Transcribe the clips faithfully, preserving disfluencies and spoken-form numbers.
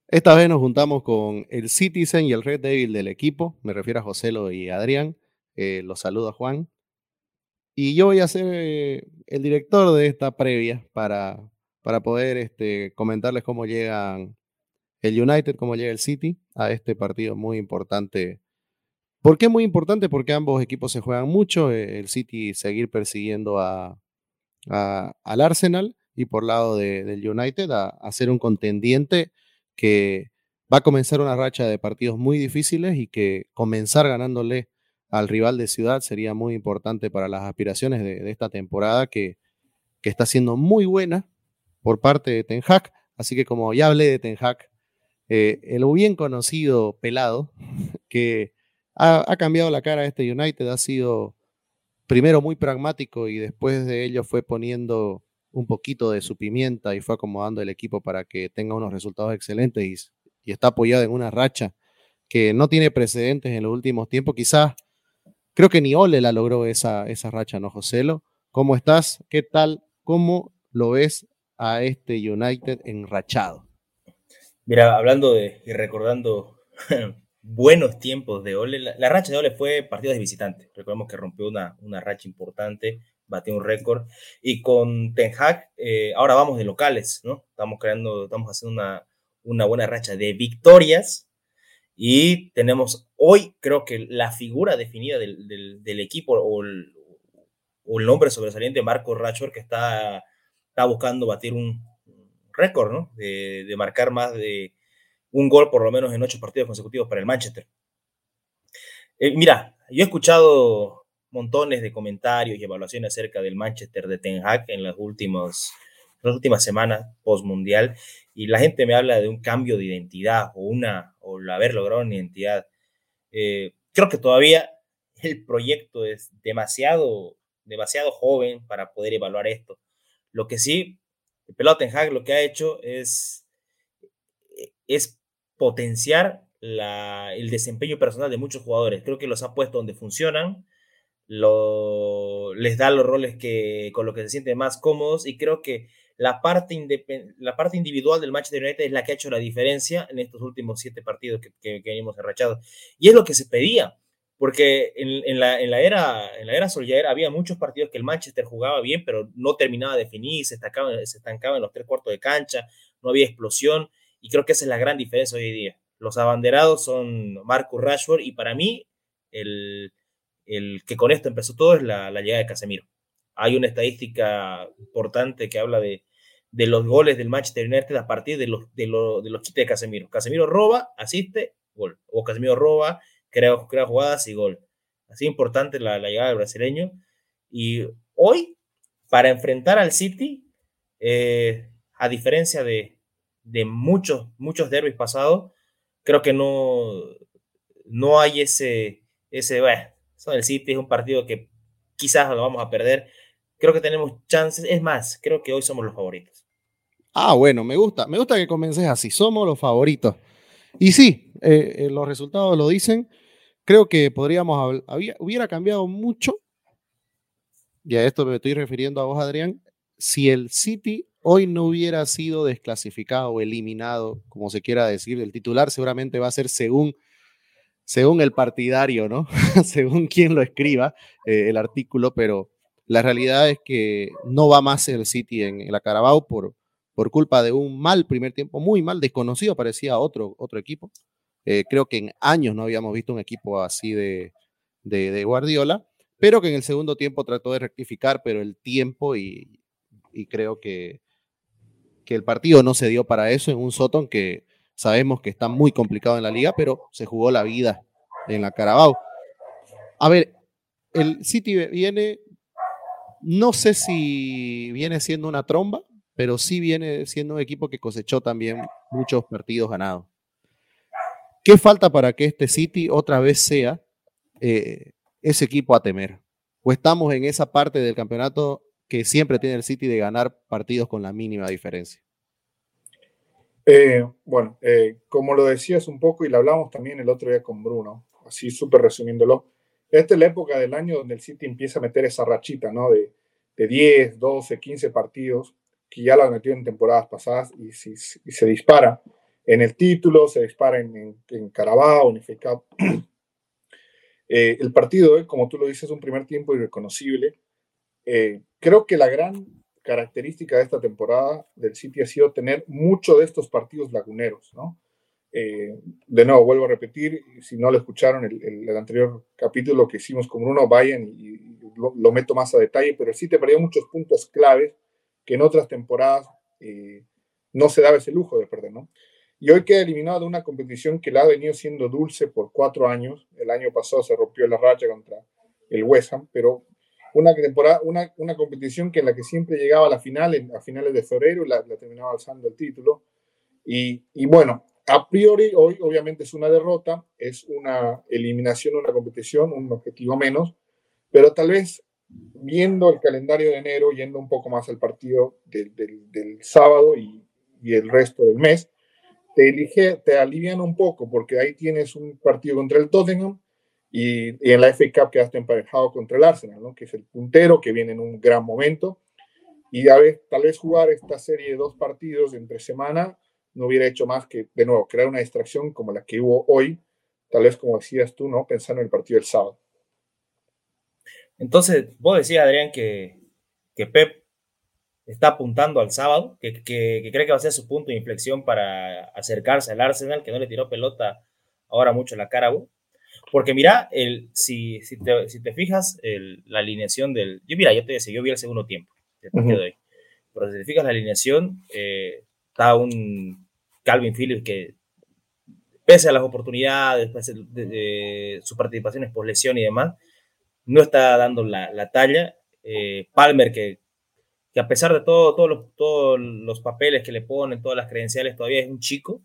Esta vez nos juntamos con el Citizen y el Red Devil del equipo. Me refiero a Joselo y Adrián. Eh, los saludo a Juan. Y yo voy a ser eh, el director de esta previa para, para poder este, comentarles cómo llegan el United, cómo llega el City a este partido muy importante. ¿Por qué muy importante? Porque ambos equipos se juegan mucho. eh, El City seguir persiguiendo a, a- al Arsenal y por lado de- del United a, a ser un contendiente que va a comenzar una racha de partidos muy difíciles y que comenzar ganándole al rival de ciudad sería muy importante para las aspiraciones de, de esta temporada que, que está siendo muy buena por parte de Ten Hag. Así que como ya hablé de Ten Hag, eh, el bien conocido pelado que ha, ha cambiado la cara de este United, ha sido primero muy pragmático y después de ello fue poniendo un poquito de su pimienta y fue acomodando el equipo para que tenga unos resultados excelentes y, y está apoyado en una racha que no tiene precedentes en los últimos tiempos. Quizás, creo que ni Ole la logró esa, esa racha, ¿no, Joselo? ¿Cómo estás? ¿Qué tal? ¿Cómo lo ves a este United enrachado? Mira, hablando de y recordando buenos tiempos de Ole, la, la racha de Ole fue partidos de visitante. Recordemos que rompió una, una racha importante, batió un récord. Y con Ten Hag, eh, ahora vamos de locales, ¿no? Estamos creando, estamos haciendo una, una buena racha de victorias. Y tenemos hoy, creo que la figura definida del, del, del equipo o el, o el nombre sobresaliente, Marcos Rashford, que está, está buscando batir un récord, ¿no? De, de marcar más de un gol por lo menos en ocho partidos consecutivos para el Manchester. Eh, mira, yo he escuchado montones de comentarios y evaluaciones acerca del Manchester de Ten Hag en las últimas, las últimas semanas post-mundial y la gente me habla de un cambio de identidad o, una, o el haber logrado una identidad. Eh, creo que todavía el proyecto es demasiado, demasiado joven para poder evaluar esto. Lo que sí, el pelado Ten Hag lo que ha hecho es es potenciar la, el desempeño personal de muchos jugadores. Creo que los ha puesto donde funcionan, lo, les da los roles que, con los que se sienten más cómodos y creo que la parte, independ, la parte individual del Manchester United es la que ha hecho la diferencia en estos últimos siete partidos que, que, que venimos enrachados. Y es lo que se pedía, porque en, en, la, en, la, era, en la era Solskjaer había muchos partidos que el Manchester jugaba bien, pero no terminaba de definir, se estancaba, se estancaba en los tres cuartos de cancha, no había explosión, y creo que esa es la gran diferencia hoy día. Los abanderados son Marcus Rashford, y para mí, el, el que con esto empezó todo es la, la llegada de Casemiro. Hay una estadística importante que habla de, de los goles del Manchester United a partir de los, de, lo, de los quites de Casemiro. Casemiro roba, asiste, gol. O Casemiro roba, crea, crea jugadas y gol. Así importante la, la llegada del brasileño. Y hoy, para enfrentar al City, eh, a diferencia de, de muchos, muchos derbis pasados, creo que no, no hay ese, ese, bueno, son el City, es un partido que quizás lo vamos a perder. Creo que tenemos chances, es más, creo que hoy somos los favoritos. Ah, bueno, me gusta, me gusta que comences así, somos los favoritos. Y sí, eh, eh, los resultados lo dicen. Creo que podríamos, había, hubiera cambiado mucho, y a esto me estoy refiriendo a vos, Adrián, si el City hoy no hubiera sido desclasificado o eliminado, como se quiera decir, el titular seguramente va a ser según, según el partidario, ¿no? Según quien lo escriba, eh, el artículo, pero la realidad es que no va más el City en, en la Carabao por, por culpa de un mal primer tiempo, muy mal, desconocido, parecía otro, otro equipo. Eh, creo que en años no habíamos visto un equipo así de, de, de Guardiola, pero que en el segundo tiempo trató de rectificar, pero el tiempo y, y creo que, que, el partido no se dio para eso en un Soton que sabemos que está muy complicado en la liga, pero se jugó la vida en la Carabao. A ver, el City viene, no sé si viene siendo una tromba, pero sí viene siendo un equipo que cosechó también muchos partidos ganados. ¿Qué falta para que este City otra vez sea eh, ese equipo a temer? ¿O estamos en esa parte del campeonato que siempre tiene el City de ganar partidos con la mínima diferencia? Eh, bueno, eh, como lo decías un poco y lo hablamos también el otro día con Bruno, así súper resumiéndolo, esta es la época del año donde el City empieza a meter esa rachita, ¿no? De, de diez, doce, quince partidos, que ya lo han metido en temporadas pasadas y, si, y se dispara. en el título, se dispara en, en, en Carabao, en F A Cup. Eh, el partido de hoy, como tú lo dices, es un primer tiempo irreconocible. Eh, creo que la gran característica de esta temporada del City ha sido tener mucho de estos partidos laguneros, ¿no? Eh, de nuevo, vuelvo a repetir, si no lo escucharon, el, el, el anterior capítulo que hicimos con Bruno, vayan y, y lo, lo meto más a detalle, pero el City perdió muchos puntos claves que en otras temporadas eh, no se daba ese lujo de perder, ¿no? Y hoy queda eliminado de una competición que la ha venido siendo dulce por cuatro años. El año pasado se rompió la racha contra el West Ham, pero una temporada, una, una competición que en la que siempre llegaba a la final, en, a finales de febrero, y la, la terminaba alzando el título. Y, y bueno, a priori hoy obviamente es una derrota, es una eliminación de una competición, un objetivo menos, pero tal vez viendo el calendario de enero, yendo un poco más al partido del, del, del sábado y, y el resto del mes, te, elige, te alivian un poco, porque ahí tienes un partido contra el Tottenham y, y en la F A Cup quedaste emparejado contra el Arsenal, ¿no? Que es el puntero, que viene en un gran momento. Y a ver, tal vez jugar esta serie de dos partidos entre semana no hubiera hecho más que, de nuevo, crear una distracción como la que hubo hoy, tal vez como decías tú, ¿no? Pensando en el partido del sábado. Entonces, vos decías, Adrián, que, que Pep está apuntando al sábado, que, que, que cree que va a ser su punto de inflexión para acercarse al Arsenal, que no le tiró pelota ahora mucho la cara a vos. Porque mira, el, si, si, te, si te fijas, el, la alineación del... Yo mira, yo te decía, yo vi el segundo tiempo del partido uh-huh. de hoy. Pero si te fijas la alineación, eh, está un Calvin Phillips que, pese a las oportunidades, pese de, de sus participaciones por lesión y demás, no está dando la, la talla. Eh, Palmer, que, que a pesar de todo, todos los, todos los papeles que le ponen, todas las credenciales, todavía es un chico.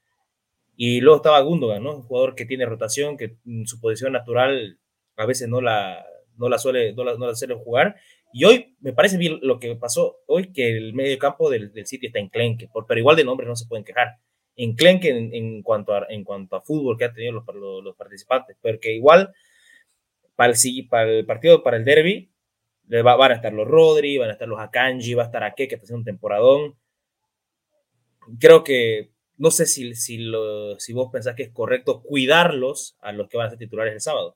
Y luego estaba Gundogan, ¿no? Un jugador que tiene rotación, que en su posición natural a veces no la, no la, suele, no la, no la suele jugar. Y hoy me parece bien lo que pasó hoy, que el medio campo del, del City está enclenque, por, pero igual de nombres no se pueden quejar. Enclenque en, en, cuanto a, en cuanto a fútbol que han tenido los, los, los participantes, porque igual para el, para el partido, para el derby, va, van a estar los Rodri, van a estar los Akanji, va a estar Ake, que está haciendo un temporadón. Creo que no sé si, si, lo, si vos pensás que es correcto cuidarlos a los que van a ser titulares el sábado.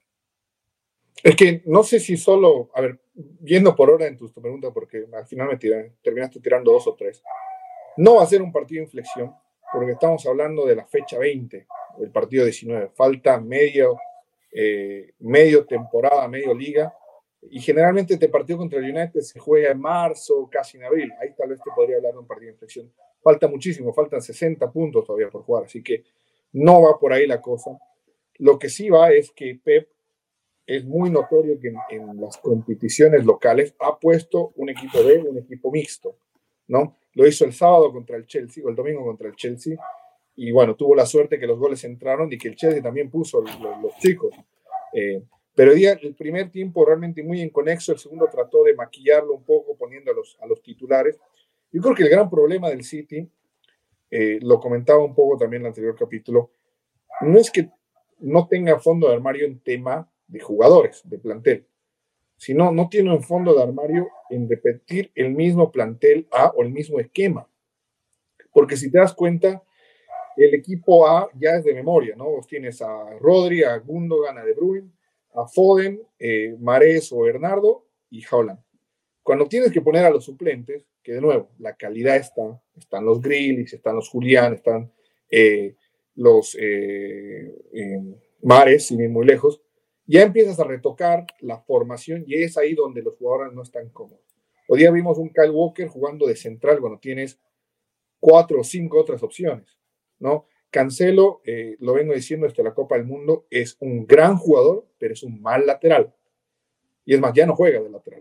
Es que no sé si solo, a ver, viendo por orden tu, tu pregunta, porque al final me tiran, terminaste tirando dos o tres. No va a ser un partido de inflexión, porque estamos hablando de la fecha veinte, el partido diecinueve. Falta medio, eh, medio temporada, medio liga. Y generalmente este partido contra el United se juega en marzo, casi en abril. Ahí tal vez te podría hablar de un partido de inflexión. Falta muchísimo, faltan sesenta puntos todavía por jugar, así que no va por ahí la cosa. Lo que sí va es que Pep es muy notorio que en, en las competiciones locales ha puesto un equipo B, un equipo mixto, ¿no? Lo hizo el sábado contra el Chelsea, o el domingo contra el Chelsea, y bueno, tuvo la suerte que los goles entraron y que el Chelsea también puso los, los chicos. Eh, pero el, día, el primer tiempo realmente muy inconexo, el segundo trató de maquillarlo un poco poniendo a los, a los titulares. Yo creo que el gran problema del City, eh, lo comentaba un poco también en el anterior capítulo, no es que no tenga fondo de armario en tema de jugadores, de plantel, sino no tiene un fondo de armario en repetir el mismo plantel A o el mismo esquema. Porque si te das cuenta, el equipo A ya es de memoria, ¿no? Vos tienes a Rodri, a Gundogan, a De Bruyne, a Foden, eh, Mahrez o Bernardo y Haaland. Cuando tienes que poner a los suplentes, que de nuevo, la calidad está, están los Grealish, están los Julián, están eh, los eh, eh, Mahrez, sin ir muy lejos, ya empiezas a retocar la formación y es ahí donde los jugadores no están cómodos. Hoy día vimos un Kyle Walker jugando de central cuando tienes cuatro o cinco otras opciones, ¿no? Cancelo, eh, lo vengo diciendo desde la Copa del Mundo, es un gran jugador, pero es un mal lateral. Y es más, ya no juega de lateral.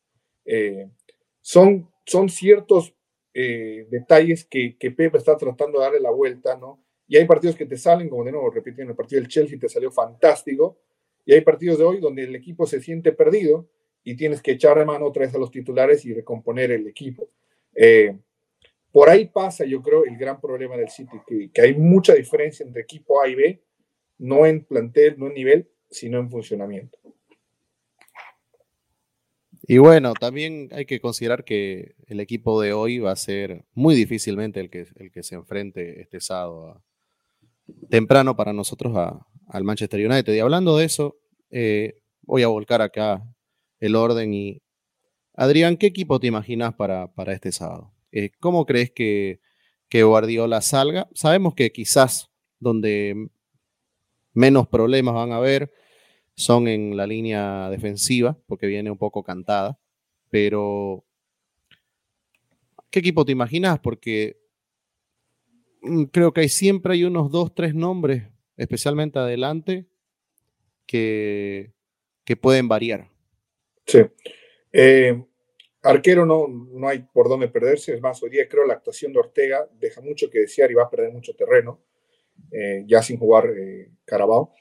Eh, son, son ciertos eh, detalles que, que Pep está tratando de darle la vuelta, ¿no? Y hay partidos que te salen, como de nuevo, repitiendo, el partido del Chelsea te salió fantástico, y hay partidos de hoy donde el equipo se siente perdido y tienes que echar de mano otra vez a los titulares y recomponer el equipo. Eh, por ahí pasa, yo creo, el gran problema del City, que, que hay mucha diferencia entre equipo A y B, no en plantel, no en nivel, sino en funcionamiento. Y bueno, también hay que considerar que el equipo de hoy va a ser muy difícilmente el que, el que se enfrente este sábado a, temprano para nosotros a, al Manchester United. Y hablando de eso, eh, voy a volcar acá el orden. Y Adrián, ¿qué equipo te imaginas para, para este sábado? Eh, ¿Cómo crees que, que Guardiola salga? Sabemos que quizás donde menos problemas van a haber son en la línea defensiva, porque viene un poco cantada, pero ¿qué equipo te imaginas? Porque mm, creo que hay, siempre hay unos dos, tres nombres, especialmente adelante, que, que pueden variar. Sí. Eh, arquero no, no hay por dónde perderse. Es más, hoy día creo la actuación de Ortega deja mucho que desear y va a perder mucho terreno, eh, ya sin jugar eh, Carabao.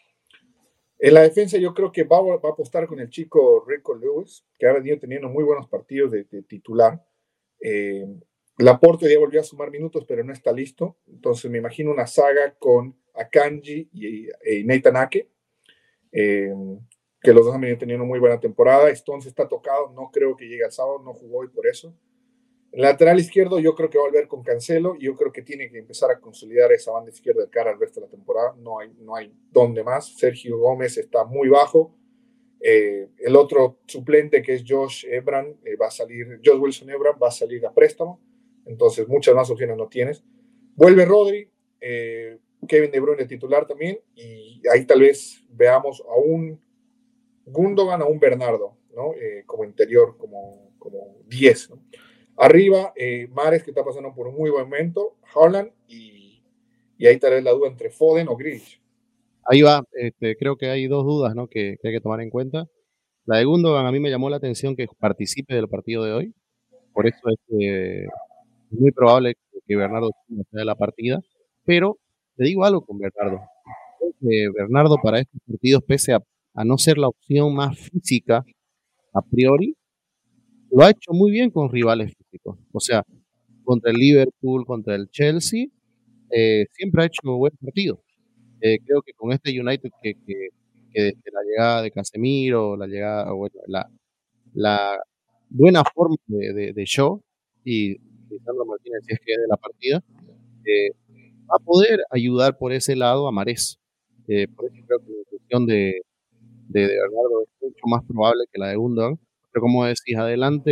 En la defensa yo creo que va, va, a apostar con el chico Rico Lewis, que ha venido teniendo muy buenos partidos de, de titular. Eh, Laporte ya volvió a sumar minutos, pero no está listo. Entonces me imagino una saga con Akanji y, y Nathan Ake, eh, que los dos han venido teniendo muy buena temporada. Stones está tocado, no creo que llegue al sábado, no jugó hoy por eso. El lateral izquierdo yo creo que va a volver con Cancelo y yo creo que tiene que empezar a consolidar esa banda izquierda de cara al resto de la temporada. No hay, no hay dónde más. Sergio Gómez está muy bajo. Eh, el otro suplente, que es Josh Ebran, eh, va a salir, Josh Wilson Ebran va a salir a préstamo. Entonces muchas más opciones no tienes. Vuelve Rodri, eh, Kevin De Bruyne titular también, y ahí tal vez veamos a un Gundogan, a un Bernardo, ¿no? Eh, como interior, como, como diez, ¿no? Arriba, eh, Mahrez, que está pasando por un muy buen momento, Haaland, y, y ahí tal vez la duda entre Foden o Grealish. Ahí va, este, creo que hay dos dudas, ¿no? que, que hay que tomar en cuenta. La de Gundogan a mí me llamó la atención que participe del partido de hoy, por eso es que es muy probable que Bernardo Silva sea de la partida, pero te digo algo con Bernardo. Creo que Bernardo para estos partidos, pese a, a no ser la opción más física a priori, lo ha hecho muy bien con rivales físicos. O sea, contra el Liverpool, contra el Chelsea, eh, siempre ha hecho buen partido. Eh, creo que con este United que, que, que desde la llegada de Casemiro, la llegada, bueno, la, la buena forma de, de, de Shaw y Lisandro Martínez, si es que es de la partida, eh, va a poder ayudar por ese lado a Mahrez. Eh, por eso creo que la inclusión de, de, de Bernardo es mucho más probable que la de Gundogan. Pero como decís, adelante,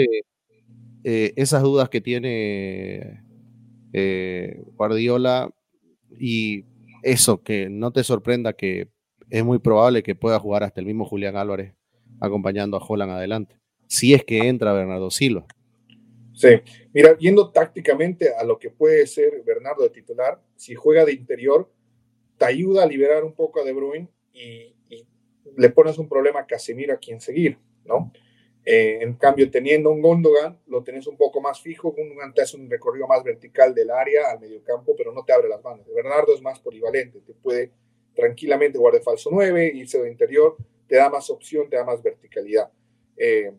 eh, esas dudas que tiene eh, Guardiola, y eso, que no te sorprenda que es muy probable que pueda jugar hasta el mismo Julián Álvarez acompañando a Haaland adelante, si es que entra Bernardo Silva. Sí, mira, viendo tácticamente a lo que puede ser Bernardo de titular, si juega de interior, te ayuda a liberar un poco a De Bruyne y, y le pones un problema a Casemiro a quien seguir, ¿no? Eh, en cambio, teniendo un Gundogan, lo tenés un poco más fijo. Gundogan te hace un recorrido más vertical del área al mediocampo, pero no te abre las bandas. Bernardo es más polivalente, te puede tranquilamente jugar de falso nueve, irse de interior, te da más opción, te da más verticalidad. Eh,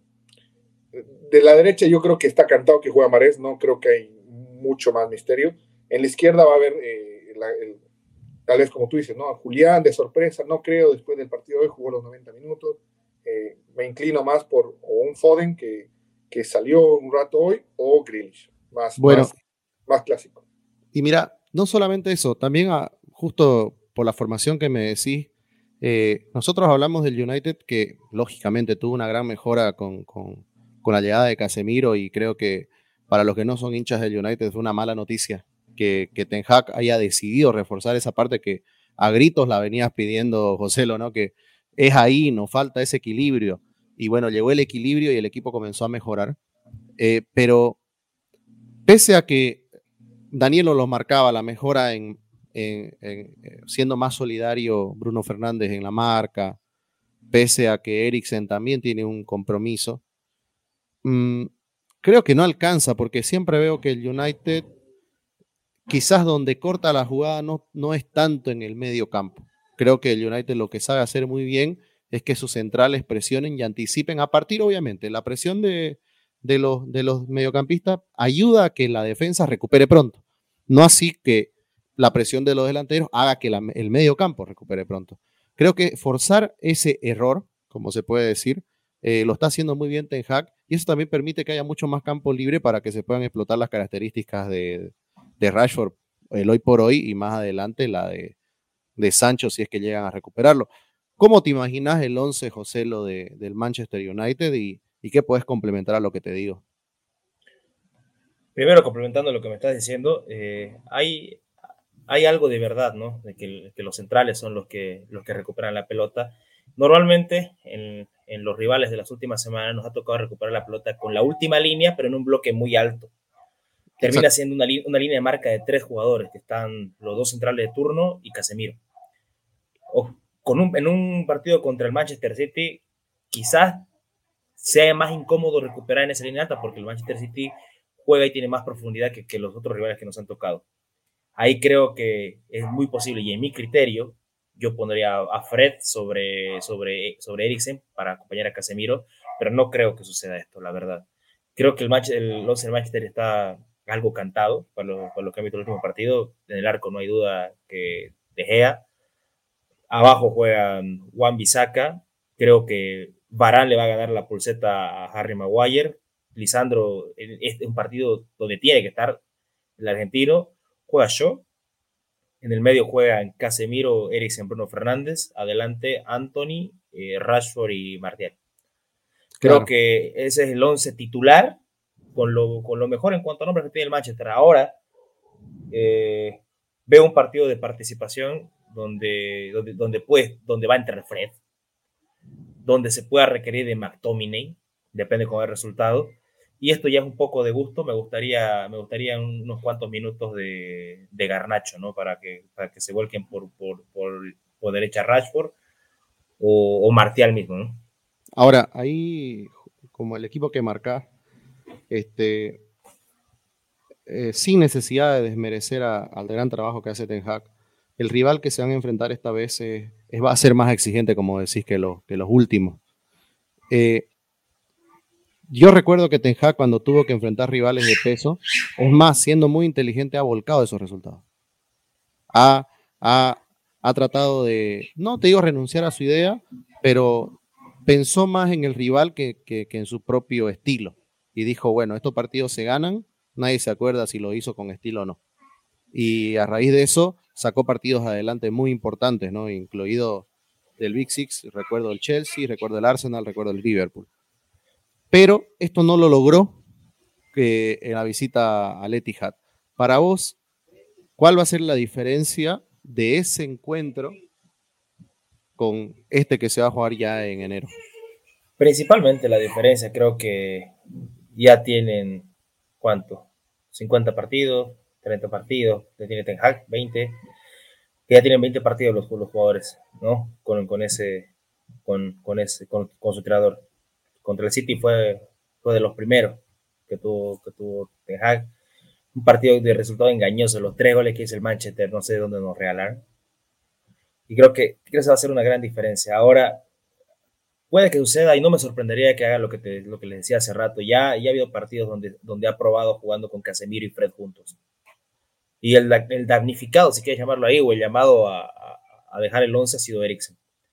de la derecha yo creo que está cantado que juega Mahrez, no creo que hay mucho más misterio. En la izquierda va a haber, eh, la, el, tal vez como tú dices, ¿no? Julián de sorpresa, no creo, después del partido de hoy jugó los noventa minutos. Eh, me inclino más por o un Foden que, que salió un rato hoy, o Grealish, más, bueno, más, más clásico. Y mira, no solamente eso, también a, justo por la formación que me decís, eh, nosotros hablamos del United que lógicamente tuvo una gran mejora con, con, con la llegada de Casemiro, y creo que para los que no son hinchas del United fue una mala noticia que, que Ten Hag haya decidido reforzar esa parte que a gritos la venías pidiendo, Joselo, ¿no? Que es ahí, nos falta ese equilibrio. Y bueno, llegó el equilibrio y el equipo comenzó a mejorar. Eh, pero pese a que Danielo lo marcaba, la mejora en, en, en, siendo más solidario Bruno Fernández en la marca, pese a que Eriksen también tiene un compromiso, mmm, creo que no alcanza, porque siempre veo que el United quizás donde corta la jugada no, no es tanto en el medio campo. Creo que el United lo que sabe hacer muy bien es que sus centrales presionen y anticipen, a partir obviamente la presión de, de, los, de los mediocampistas ayuda a que la defensa recupere pronto, no así que la presión de los delanteros haga que la, el medio campo recupere pronto. Creo que forzar ese error, como se puede decir, eh, lo está haciendo muy bien Ten Hag, y eso también permite que haya mucho más campo libre para que se puedan explotar las características de, de Rashford, el hoy por hoy, y más adelante la de, de Sancho, si es que llegan a recuperarlo. ¿Cómo te imaginas el once, José, lo de, del Manchester United, y, y qué puedes complementar a lo que te digo? Primero, complementando lo que me estás diciendo, eh, hay, hay algo de verdad, ¿no? De que, que los centrales son los que, los que recuperan la pelota. Normalmente, en, en los rivales de las últimas semanas nos ha tocado recuperar la pelota con la última línea, pero en un bloque muy alto. Termina Exacto. siendo una, una línea de marca de tres jugadores, que están los dos centrales de turno y Casemiro. O con un, en un partido contra el Manchester City, quizás sea más incómodo recuperar en esa línea alta, porque el Manchester City juega y tiene más profundidad que, que los otros rivales que nos han tocado. Ahí creo que es muy posible, y en mi criterio, yo pondría a Fred sobre, sobre, sobre Eriksen para acompañar a Casemiro, pero no creo que suceda esto, la verdad. Creo que el, match, el once del Manchester está algo cantado para lo, para lo que ha visto el último partido. En el arco no hay duda que De Gea. Abajo juegan Wan-Bissaka. Creo que Varane le va a ganar la pulseta a Harry Maguire. Lisandro, este es un partido donde tiene que estar el argentino. Juega Shaw. En el medio juegan Casemiro, Eriksen, Bruno Fernández. Adelante Anthony, eh, Rashford y Martial. Creo Claro. que ese es el once titular, con lo, con lo mejor en cuanto a nombres que tiene el Manchester. Ahora eh, veo un partido de participación donde, donde, donde, pues, donde va a entrar Fred, donde se pueda requerir de McTominay, depende con el resultado. Y esto ya es un poco de gusto, me gustaría, me gustaría unos cuantos minutos de, de Garnacho, ¿no? Para que, para que se vuelquen por, por, por, por derecha Rashford o, o Martial mismo, ¿no? Ahora, ahí, como el equipo que marca, este, eh, sin necesidad de desmerecer a, al gran trabajo que hace Ten Hag, el rival que se van a enfrentar esta vez es, es, va a ser más exigente, como decís, que, lo, que los últimos. Eh, yo recuerdo que Ten Hag, cuando tuvo que enfrentar rivales de peso, es más, siendo muy inteligente, ha volcado esos resultados. Ha, ha, ha tratado de, no te digo renunciar a su idea, pero pensó más en el rival que, que, que en su propio estilo. Y dijo, bueno, estos partidos se ganan, nadie se acuerda si lo hizo con estilo o no. Y a raíz de eso sacó partidos adelante muy importantes, ¿no? Incluido del Big Six, recuerdo el Chelsea, recuerdo el Arsenal, recuerdo el Liverpool. Pero esto no lo logró que en la visita al Etihad. Para vos, ¿cuál va a ser la diferencia de ese encuentro con este que se va a jugar ya en enero? Principalmente la diferencia, creo que ya tienen, ¿cuánto? cincuenta partidos, treinta partidos, ya tiene Ten Hag, veinte, que ya tienen veinte partidos los, los jugadores, ¿no? Con, con ese, con, con ese, con, con su entrenador. Contra el City fue, fue de los primeros que tuvo, que tuvo Ten Hag. Un partido de resultado engañoso, los tres goles que hizo el Manchester, no sé de dónde nos regalaron. Y creo que, creo que eso va a ser una gran diferencia. Ahora, puede que suceda y no me sorprendería que haga lo que, te, lo que les decía hace rato. Ya, ya ha habido partidos donde, donde ha probado jugando con Casemiro y Fred juntos. Y el, el damnificado, si quieres llamarlo ahí, o el llamado a, a, a dejar el once ha sido Eriksen.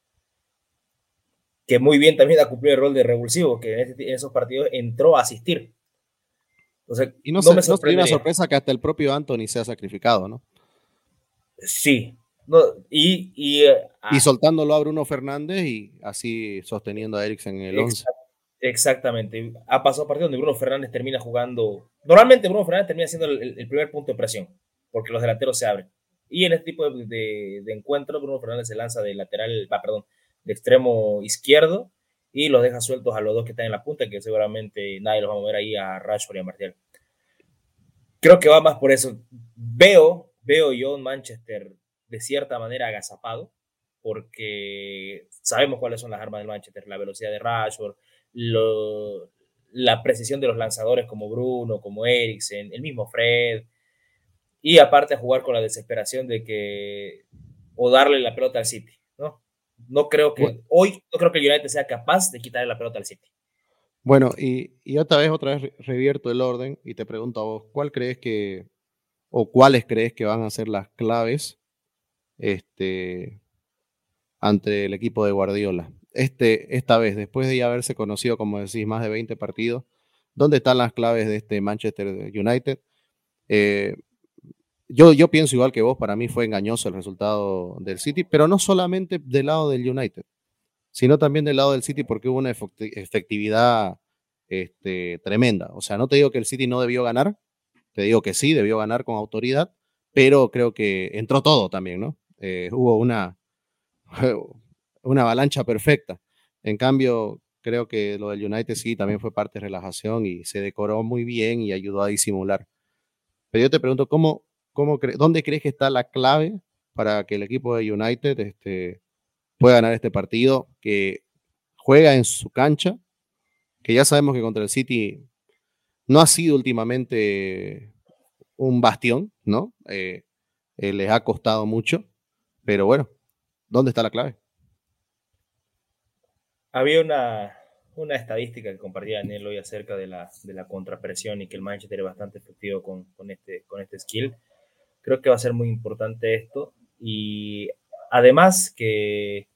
Que muy bien también ha cumplido el rol de revulsivo, que en, este, en esos partidos entró a asistir. O sea, y no, no se, me no sería una sorprendería. sorpresa que hasta el propio Anthony sea sacrificado, ¿no? Sí. No, y, y, uh, y soltándolo a Bruno Fernández y así sosteniendo a Eriksen en el once. Exactamente. Ha pasado partidos donde Bruno Fernández termina jugando. Normalmente Bruno Fernández termina siendo el, el primer punto de presión, porque los delanteros se abren. Y en este tipo de, de, de encuentros, Bruno Fernández se lanza de lateral, ah, perdón, de extremo izquierdo y los deja sueltos a los dos que están en la punta, que seguramente nadie los va a mover ahí a Rashford y a Martial. Creo que va más por eso. Veo, veo yo un Manchester de cierta manera agazapado, porque sabemos cuáles son las armas del Manchester, la velocidad de Rashford, lo, la precisión de los lanzadores como Bruno, como Eriksen, el mismo Fred, y aparte jugar con la desesperación de que o darle la pelota al City, ¿no? No creo que bueno. hoy, no creo que el United sea capaz de quitarle la pelota al City. Bueno, y, y otra vez, otra vez revierto el orden y te pregunto a vos, ¿cuál crees que, o cuáles crees que van a ser las claves este, ante el equipo de Guardiola? este, esta vez, después de ya haberse conocido, como decís, más de veinte partidos, ¿dónde están las claves de este Manchester United? Eh, yo, yo pienso igual que vos, para mí fue engañoso el resultado del City, pero no solamente del lado del United, sino también del lado del City porque hubo una efectividad este, tremenda. O sea, no te digo que el City no debió ganar, te digo que sí, debió ganar con autoridad, pero creo que entró todo también, ¿no? Eh, hubo una, una avalancha perfecta. En cambio, creo que lo del United sí también fue parte de relajación y se decoró muy bien y ayudó a disimular. Pero yo te pregunto, ¿cómo, cómo cre ¿dónde crees que está la clave para que el equipo de United este, pueda ganar este partido? Que juega en su cancha, que ya sabemos que contra el City no ha sido últimamente un bastión, ¿no? Eh, eh, les ha costado mucho, pero bueno, ¿dónde está la clave? Había una, una estadística que compartía Daniel hoy acerca de la, de la contrapresión y que el Manchester es bastante efectivo con, con, este, con este skill. Creo que va a ser muy importante esto. Y además que,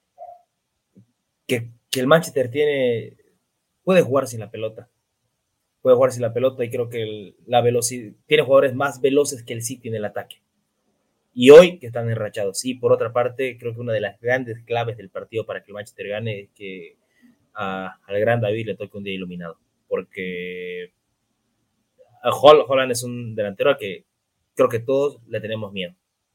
que, que el Manchester tiene, puede jugar sin la pelota. Puede jugar sin la pelota y creo que el, la velocidad, tiene jugadores más veloces que el City en el ataque. Y hoy que están enrachados. Y por otra parte, creo que una de las grandes claves del partido para que el Manchester gane es que a, al gran David le toque un día iluminado. Porque a Holland es un delantero al que creo que todos le tenemos miedo.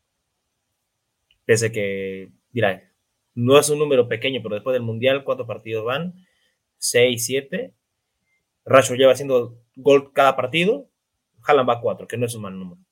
Pese que, dirá, no es un número pequeño, pero después del Mundial, ¿cuántos partidos van? seis, siete. Rashford lleva haciendo gol cada partido. Haaland va a cuatro, que no es un mal número.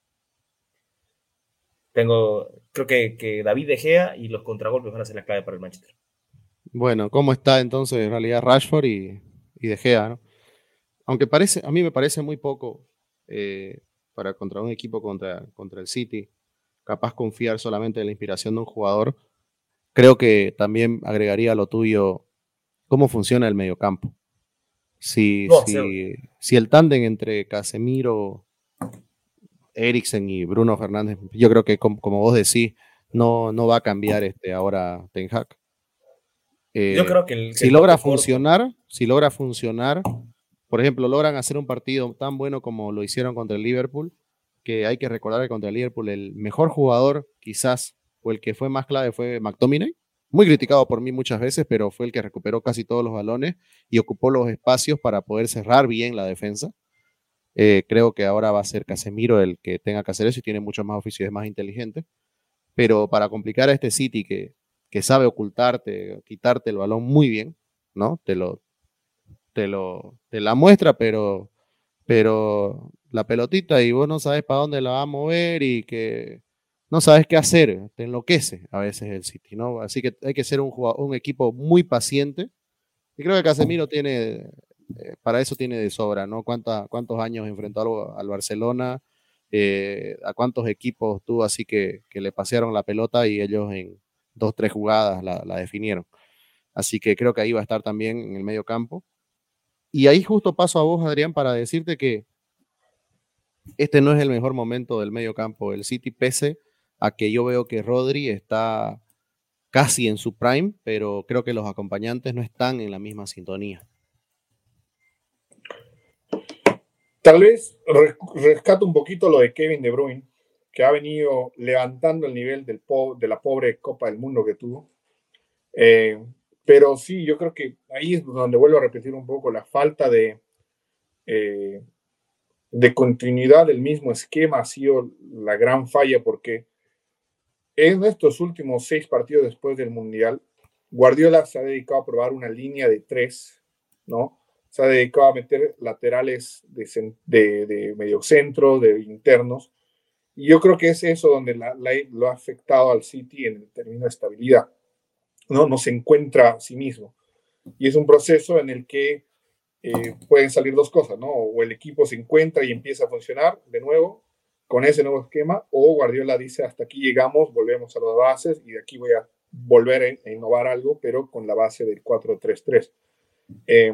Tengo, creo que, que David De Gea y los contragolpes van a ser la clave para el Manchester. Bueno, ¿cómo está entonces en realidad Rashford y, y De Gea, ¿no? Aunque parece, a mí me parece muy poco eh, para contra un equipo contra, contra el City, capaz confiar solamente en la inspiración de un jugador. Creo que también agregaría a lo tuyo cómo funciona el mediocampo. Si, No, sí, si, si el tándem entre Casemiro, Eriksen y Bruno Fernández, yo creo que como, como vos decís, no, no va a cambiar este ahora Ten Hag. yo Eh, creo que el, que si el logra toque corto. funcionar, si logra funcionar, por ejemplo, logran hacer un partido tan bueno como lo hicieron contra el Liverpool, que hay que recordar que contra el Liverpool el mejor jugador quizás o el que fue más clave fue McTominay, muy criticado por mí muchas veces, pero fue el que recuperó casi todos los balones y ocupó los espacios para poder cerrar bien la defensa. Eh, creo que ahora va a ser Casemiro el que tenga que hacer eso y tiene mucho más oficio y es más inteligente. Pero para complicar a este City que, que sabe ocultarte, quitarte el balón muy bien, ¿no? Te lo, te lo, te la muestra, pero, pero la pelotita y vos no sabes para dónde la va a mover y que no sabes qué hacer, te enloquece a veces el City, ¿no? Así que hay que ser un, jugador, un equipo muy paciente y creo que Casemiro tiene, eh, para eso tiene de sobra, ¿no? ¿Cuánta, ¿Cuántos años enfrentó al, al Barcelona? Eh, ¿A cuántos equipos tuvo así que, que le pasearon la pelota y ellos en dos, tres jugadas la, la definieron? Así que creo que ahí va a estar también en el medio campo. Y ahí justo paso a vos, Adrián, para decirte que este no es el mejor momento del medio campo del City, pese a que yo veo que Rodri está casi en su prime, pero creo que los acompañantes no están en la misma sintonía. Tal vez rescato un poquito lo de Kevin De Bruyne, que ha venido levantando el nivel del po de la pobre Copa del Mundo que tuvo. Eh, pero sí, yo creo que ahí es donde vuelvo a repetir un poco la falta de, eh, de continuidad del mismo esquema ha sido la gran falla, porque en estos últimos seis partidos después del Mundial, Guardiola se ha dedicado a probar una línea de tres, ¿no? Se ha dedicado a meter laterales de, de, de mediocentro, de internos, y yo creo que es eso donde la, la, lo ha afectado al City en el término de estabilidad, ¿no? No se encuentra a sí mismo. Y es un proceso en el que eh, pueden salir dos cosas, ¿no? O el equipo se encuentra y empieza a funcionar de nuevo con ese nuevo esquema, o Guardiola dice, hasta aquí llegamos, volvemos a las bases y de aquí voy a volver a innovar algo, pero con la base del cuatro tres tres. Eh,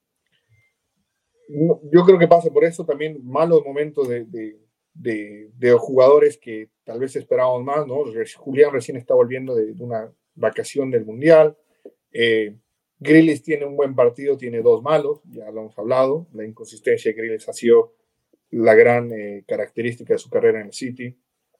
yo creo que pasa por eso también malos momentos de, de, de, de jugadores que tal vez esperábamos más, ¿no? Julián recién está volviendo de, de una vacación del Mundial. Eh, Grealish tiene un buen partido, tiene dos malos, ya lo hemos hablado. La inconsistencia de Grealish ha sido la gran eh, característica de su carrera en el City.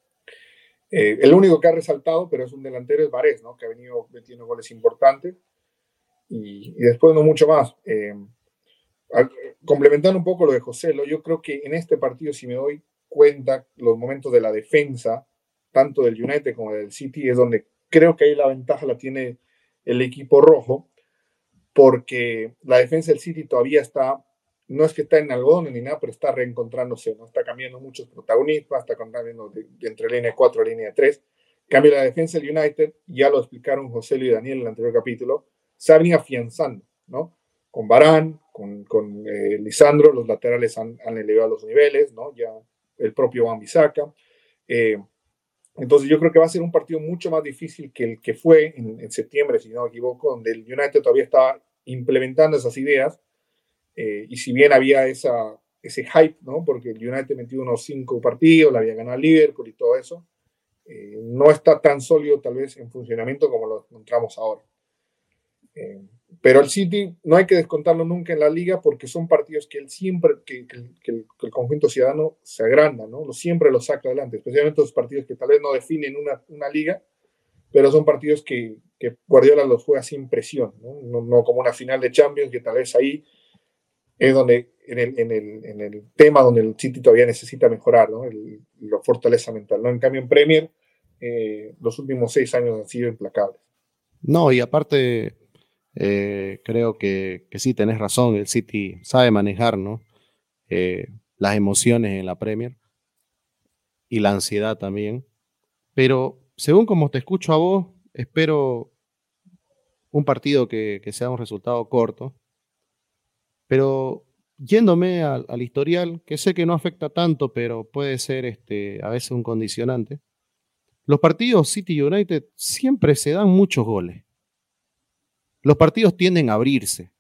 Eh, el único que ha resaltado, pero es un delantero, es Varés, ¿no? Que ha venido metiendo goles importantes. Y, y después no mucho más. Eh, complementando un poco lo de Joselo, yo creo que en este partido, si me doy cuenta, los momentos de la defensa, tanto del United como del City, es donde creo que ahí la ventaja la tiene el equipo rojo, porque la defensa del City todavía está, no es que está en algodón ni nada, pero está reencontrándose, ¿no? Está cambiando muchos protagonistas, está cambiando de, de entre línea cuatro a línea tres. Cambio la defensa del United, ya lo explicaron José y Daniel en el anterior capítulo, se ha venido afianzando, ¿no? Con Varane, con, con eh, Lisandro, los laterales han, han elevado los niveles, ¿no? Ya el propio Wan-Bissaka. Eh, entonces yo creo que va a ser un partido mucho más difícil que el que fue en, en septiembre, si no me equivoco, donde el United todavía estaba implementando esas ideas. Eh, y si bien había esa, ese hype, ¿no? Porque el United metió unos cinco partidos, la había ganado el Liverpool y todo eso, eh, no está tan sólido tal vez en funcionamiento como lo encontramos ahora. Eh, pero el City no hay que descontarlo nunca en la liga porque son partidos que él siempre, que, que, que, el, que el conjunto ciudadano se agranda, ¿no? Lo, siempre lo saca adelante, especialmente los partidos que tal vez no definen una, una liga, pero son partidos que, que Guardiola los juega sin presión, ¿no? No, no como una final de Champions que tal vez ahí es donde, en el, en el, en el tema donde el City todavía necesita mejorar, ¿no? El, la fortaleza mental, ¿no? En cambio en Premier, eh, los últimos seis años han sido implacables. No, y aparte... Eh, creo que, que sí, tenés razón, el City sabe manejar, ¿no? Eh, las emociones en la Premier y la ansiedad también, pero según como te escucho a vos, espero un partido que, que sea un resultado corto, pero yéndome al, al historial, que sé que no afecta tanto, pero puede ser este, a veces un condicionante, los partidos City United siempre se dan muchos goles. Los partidos tienden a abrirse.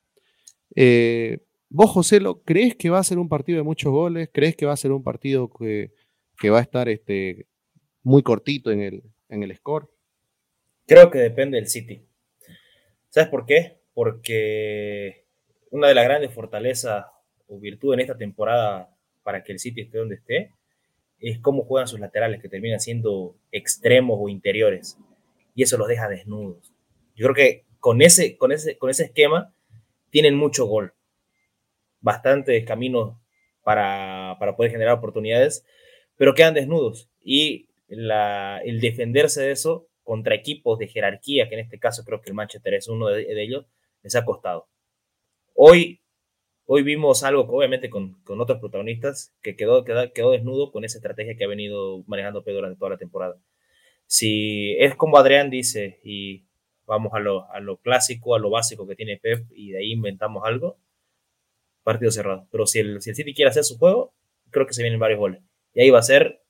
Eh, vos, José, ¿crees que va a ser un partido de muchos goles? ¿Crees que va a ser un partido que, que va a estar este, muy cortito en el, en el score? Creo que depende del City. ¿Sabes por qué? Porque una de las grandes fortalezas o virtudes en esta temporada para que el City esté donde esté es cómo juegan sus laterales, que terminan siendo extremos o interiores. Y eso los deja desnudos. Yo creo que con ese, con ese, con ese esquema tienen mucho gol, bastantes caminos para, para poder generar oportunidades, pero quedan desnudos. Y la, el defenderse de eso contra equipos de jerarquía, que en este caso creo que el Manchester es uno de, de ellos, les ha costado. Hoy, hoy vimos algo, obviamente con, con otros protagonistas, que quedó, quedó, quedó desnudo con esa estrategia que ha venido manejando Pedro durante toda la temporada. Si es como Adrián dice, y vamos a lo, a lo clásico, a lo básico que tiene Pep, y de ahí inventamos algo, partido cerrado. Pero si el, si el City quiere hacer su juego, creo que se vienen varios goles. Y ahí va a ser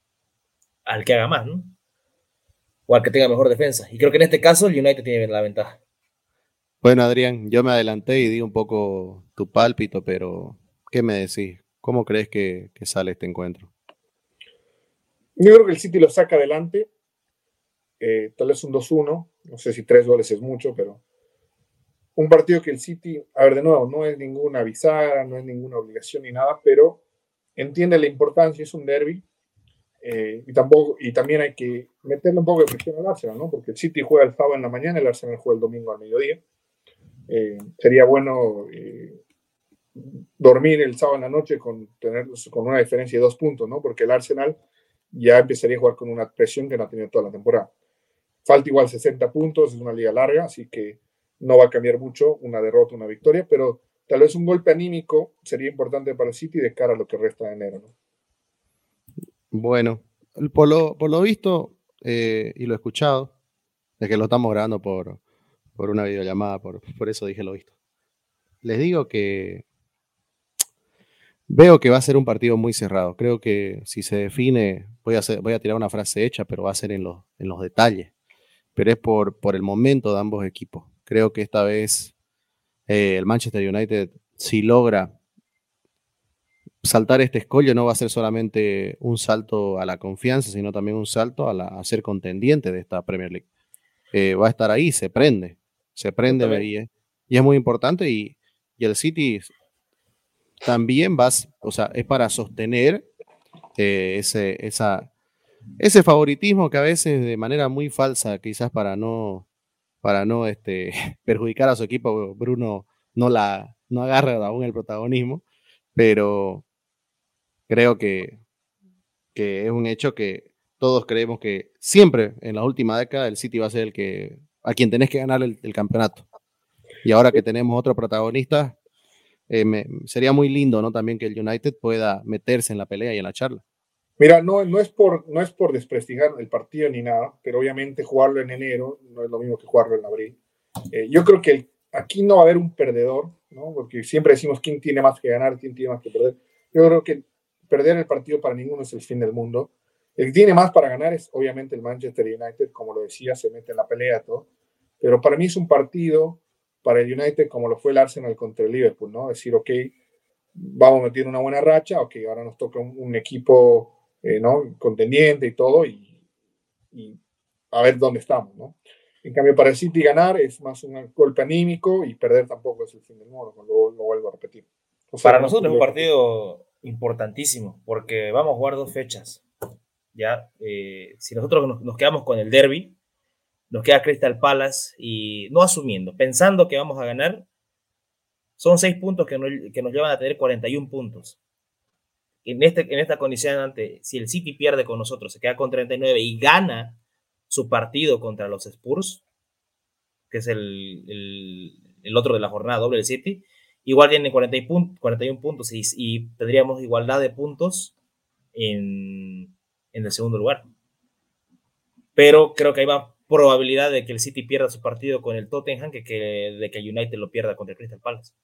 al que haga más, ¿no? O al que tenga mejor defensa. Y creo que en este caso el United tiene la ventaja. Bueno, Adrián, yo me adelanté y di un poco tu pálpito, pero ¿qué me decís? ¿Cómo crees que, que sale este encuentro? Yo creo que el City lo saca adelante. Eh, tal vez un dos uno, no sé si tres goles es mucho, pero un partido que el City, a ver, de nuevo, no es ninguna avisada, no es ninguna obligación ni nada, pero entiende la importancia, es un derbi, eh, y, tampoco, y también hay que meterle un poco de presión al Arsenal, ¿no? Porque el City juega el sábado en la mañana, el Arsenal juega el domingo al mediodía. Eh, sería bueno eh, dormir el sábado en la noche con, tener, con una diferencia de dos puntos, ¿no? Porque el Arsenal ya empezaría a jugar con una presión que no ha tenido toda la temporada. Falta igual sesenta puntos, es una liga larga, así que no va a cambiar mucho una derrota, una victoria, pero tal vez un golpe anímico sería importante para el City de cara a lo que resta de enero, ¿no? Bueno, por lo, por lo visto eh, y lo escuchado, es que lo estamos grabando por, por una videollamada, por, por eso dije lo visto. Les digo que veo que va a ser un partido muy cerrado. Creo que si se define, voy a, hacer, voy a tirar una frase hecha, pero va a ser en los, en los detalles. Pero es por, por el momento de ambos equipos. Creo que esta vez eh, el Manchester United, si logra saltar este escollo, no va a ser solamente un salto a la confianza, sino también un salto a, la, a ser contendiente de esta Premier League. Eh, va a estar ahí, se prende. se prende y es, y es muy importante y, y el City también va, o sea, es para sostener eh, ese, esa, ese favoritismo que a veces de manera muy falsa, quizás para no, para no este, perjudicar a su equipo, Bruno no, la, no agarra aún el protagonismo, pero creo que, que es un hecho que todos creemos que siempre en la última década el City va a ser el que a quien tenés que ganar el, el campeonato. Y ahora que tenemos otro protagonista, eh, me, sería muy lindo, ¿no? También que el United pueda meterse en la pelea y en la charla. Mira, no, no, es por, no es por desprestigiar el partido ni nada, pero obviamente jugarlo en enero no es lo mismo que jugarlo en abril. Eh, yo creo que el, aquí no va a haber un perdedor, ¿no? Porque siempre decimos quién tiene más que ganar, quién tiene más que perder. Yo creo que perder el partido para ninguno es el fin del mundo. El que tiene más para ganar es obviamente el Manchester United, como lo decía, se mete en la pelea, todo. Pero para mí es un partido para el United como lo fue el Arsenal contra el Liverpool, ¿no? Decir, ok, vamos a meter una buena racha, ok, ahora nos toca un, un equipo eh, ¿no? contendiente y todo, y, y a ver dónde estamos, ¿no? En cambio, para el City ganar es más un golpe anímico y perder tampoco es el fin del mundo, lo, lo vuelvo a repetir. O sea, para no nosotros es un partido importantísimo, porque vamos a jugar dos fechas. ¿Ya? Eh, si nosotros nos, nos quedamos con el derby, nos queda Crystal Palace y no asumiendo, pensando que vamos a ganar, son seis puntos que nos, que nos llevan a tener cuarenta y uno puntos. En, este, en esta condición, ante, si el City pierde con nosotros, se queda con treinta y nueve y gana su partido contra los Spurs, que es el, el, el otro de la jornada doble del City, igual tiene cuarenta y uno puntos y, y tendríamos igualdad de puntos en, en el segundo lugar. Pero creo que hay más probabilidad de que el City pierda su partido con el Tottenham que, que de que el United lo pierda contra el Crystal Palace.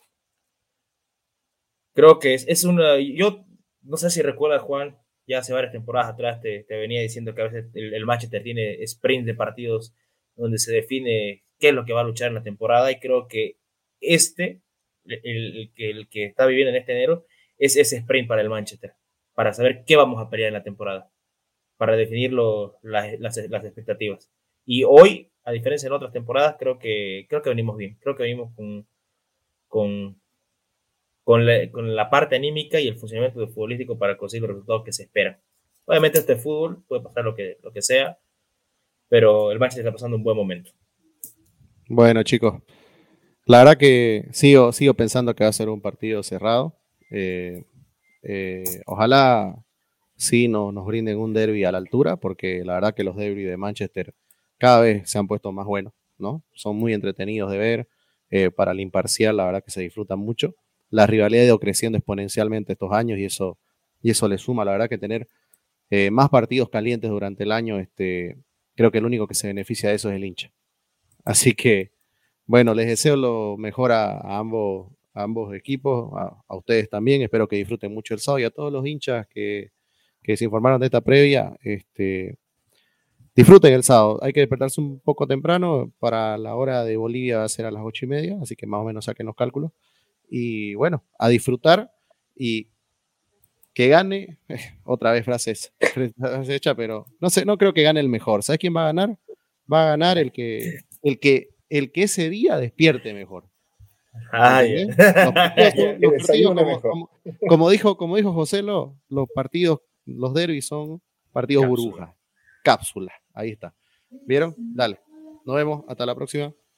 Creo que es, es una... Yo no sé si recuerdas, Juan, ya hace varias temporadas atrás te, te venía diciendo que a veces el, el Manchester tiene sprint de partidos donde se define qué es lo que va a luchar en la temporada, y creo que este, el, el, el, el que está viviendo en este enero, es ese sprint para el Manchester, para saber qué vamos a pelear en la temporada, para definir lo, las, las, las expectativas. Y hoy, a diferencia de otras temporadas, creo que, creo que venimos bien, creo que venimos con... con Con la, con la parte anímica y el funcionamiento del futbolístico para conseguir los resultados que se esperan. Obviamente este fútbol puede pasar lo que, lo que sea, pero el Manchester está pasando un buen momento. Bueno, chicos, la verdad que sigo, sigo pensando que va a ser un partido cerrado. Eh, eh, ojalá sí no, nos brinden un derbi a la altura, porque la verdad que los derbis de Manchester cada vez se han puesto más buenos, ¿no? Son muy entretenidos de ver. Eh, para el imparcial, la verdad que se disfrutan mucho. La rivalidad ha ido creciendo exponencialmente estos años y eso, y eso le suma, la verdad que tener eh, más partidos calientes durante el año, este, creo que el único que se beneficia de eso es el hincha. Así que, bueno, les deseo lo mejor a, a, ambos, a ambos equipos, a, a ustedes también, espero que disfruten mucho el sábado y a todos los hinchas que, que se informaron de esta previa, este, disfruten el sábado. Hay que despertarse un poco temprano, para la hora de Bolivia va a ser a las ocho y media, así que más o menos saquen los cálculos. Y bueno, a disfrutar y que gane, otra vez frases, frases hechas, pero no sé, no creo que gane el mejor. ¿Sabes quién va a ganar? Va a ganar el que, el que, el que ese día despierte mejor. Ah, yeah. Los partidos, los partidos como, como, como, dijo, como dijo José, lo, los partidos, los derbis son partidos burbujas, cápsulas, ahí está. ¿Vieron? Dale, nos vemos, hasta la próxima.